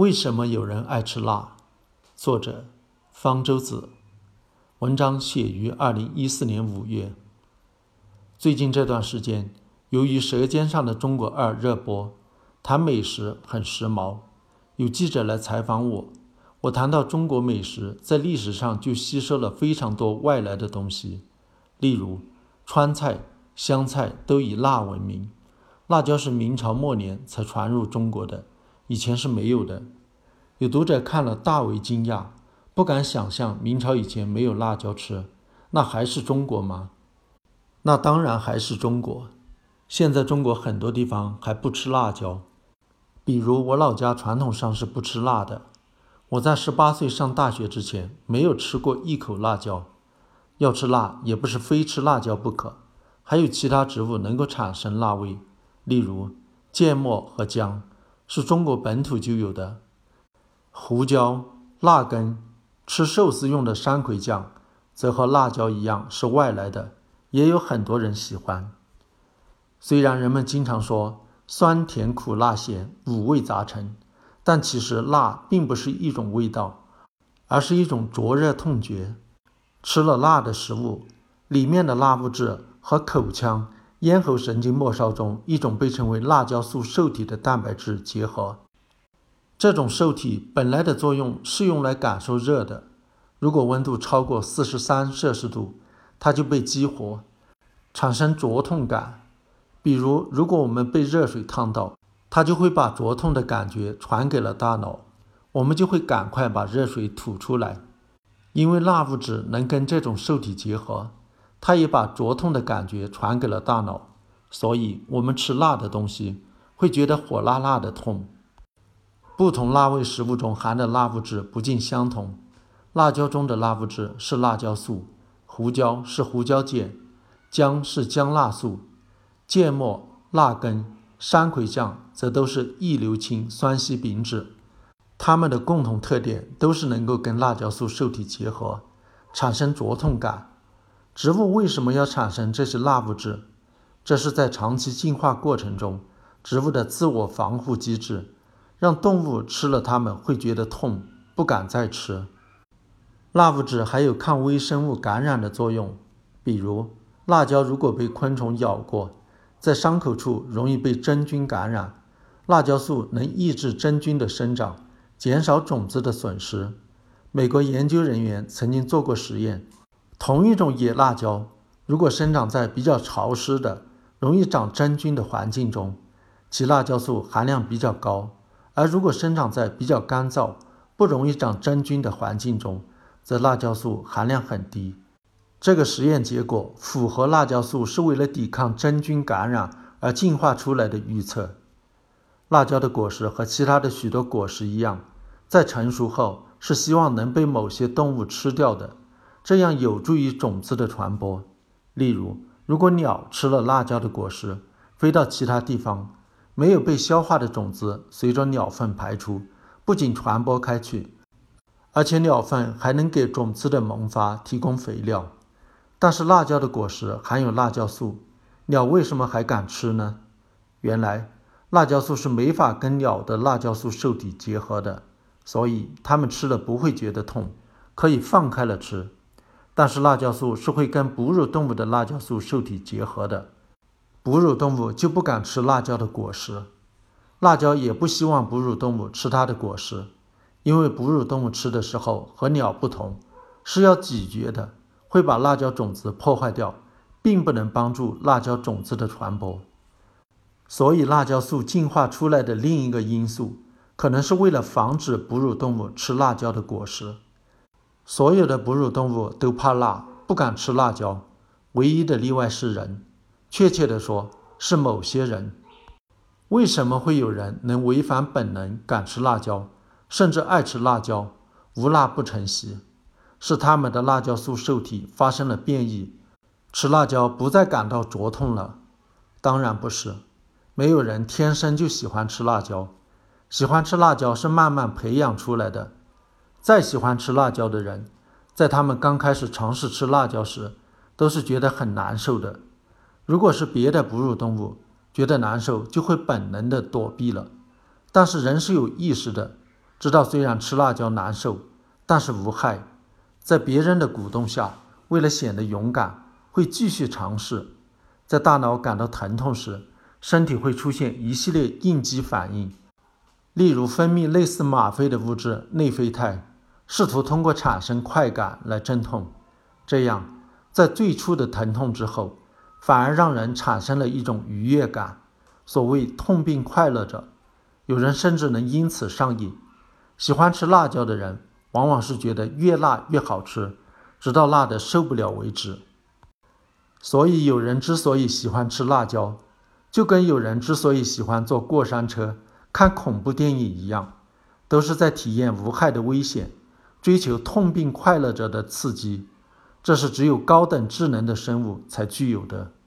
为什么有人爱吃辣？作者方舟子。文章写于2014年5月。最近这段时间，由于《舌尖上的中国2》热播，谈美食很时髦。有记者来采访我谈到中国美食在历史上就吸收了非常多外来的东西，例如川菜、湘菜都以辣闻名。辣椒是明朝末年才传入中国的，以前是没有的。有读者看了大为惊讶，不敢想象明朝以前没有辣椒吃，那还是中国吗？那当然还是中国。现在中国很多地方还不吃辣椒，比如我老家传统上是不吃辣的。我在18岁上大学之前没有吃过一口辣椒。要吃辣也不是非吃辣椒不可，还有其他植物能够产生辣味，例如芥末和姜是中国本土就有的。胡椒、辣根，吃寿司用的山葵酱则和辣椒一样是外来的，也有很多人喜欢。虽然人们经常说酸甜苦辣咸五味杂陈，但其实辣并不是一种味道，而是一种灼热痛觉。吃了辣的食物，里面的辣物质和口腔、咽喉神经末梢中一种被称为辣椒素受体的蛋白质结合。这种受体本来的作用是用来感受热的，如果温度超过43摄氏度，它就被激活，产生灼痛感。比如，如果我们被热水烫到，它就会把灼痛的感觉传给了大脑，我们就会赶快把热水吐出来。因为辣物质能跟这种受体结合，它也把灼痛的感觉传给了大脑，所以我们吃辣的东西会觉得火辣辣的痛。不同辣味食物中含的辣物质不尽相同，辣椒中的辣物质是辣椒素，胡椒是胡椒碱，姜是姜辣素，芥末、辣根、山葵酱则都是异硫氰酸烯丙酯。它们的共同特点都是能够跟辣椒素受体结合，产生灼痛感。植物为什么要产生这些辣物质？这是在长期进化过程中，植物的自我防护机制，让动物吃了它们会觉得痛，不敢再吃。辣物质还有抗微生物感染的作用，比如辣椒如果被昆虫咬过，在伤口处容易被真菌感染，辣椒素能抑制真菌的生长，减少种子的损失。美国研究人员曾经做过实验，同一种野辣椒，如果生长在比较潮湿的、容易长真菌的环境中，其辣椒素含量比较高；而如果生长在比较干燥、不容易长真菌的环境中，则辣椒素含量很低。这个实验结果符合辣椒素是为了抵抗真菌感染而进化出来的预测。辣椒的果实和其他的许多果实一样，在成熟后是希望能被某些动物吃掉的，这样有助于种子的传播。例如，如果鸟吃了辣椒的果实，飞到其他地方，没有被消化的种子随着鸟粪排出，不仅传播开去，而且鸟粪还能给种子的萌发提供肥料。但是辣椒的果实含有辣椒素，鸟为什么还敢吃呢？原来辣椒素是没法跟鸟的辣椒素受体结合的，所以它们吃了不会觉得痛，可以放开了吃。但是辣椒素是会跟哺乳动物的辣椒素受体结合的，哺乳动物就不敢吃辣椒的果实。辣椒也不希望哺乳动物吃它的果实，因为哺乳动物吃的时候和鸟不同，是要咀嚼的，会把辣椒种子破坏掉，并不能帮助辣椒种子的传播。所以辣椒素进化出来的另一个因素，可能是为了防止哺乳动物吃辣椒的果实。所有的哺乳动物都怕辣，不敢吃辣椒，唯一的例外是人，确切地说，是某些人。为什么会有人能违反本能敢吃辣椒，甚至爱吃辣椒，无辣不成席？是他们的辣椒素受体发生了变异，吃辣椒不再感到灼痛了？当然不是，没有人天生就喜欢吃辣椒，喜欢吃辣椒是慢慢培养出来的。再喜欢吃辣椒的人，在他们刚开始尝试吃辣椒时，都是觉得很难受的。如果是别的哺乳动物，觉得难受就会本能的躲避了。但是人是有意识的， 知道虽然吃辣椒难受，但是无害，在别人的鼓动下，为了显得勇敢，会继续尝试。在大脑感到疼痛时，身体会出现一系列应激反应，例如分泌类似吗啡的物质内啡肽，试图通过产生快感来镇痛。这样，在最初的疼痛之后，反而让人产生了一种愉悦感，所谓痛并快乐着。有人甚至能因此上瘾。喜欢吃辣椒的人，往往是觉得越辣越好吃，直到辣得受不了为止。所以有人之所以喜欢吃辣椒，就跟有人之所以喜欢坐过山车、看恐怖电影一样，都是在体验无害的危险，追求痛并快乐着的刺激。这是只有高等智能的生物才具有的。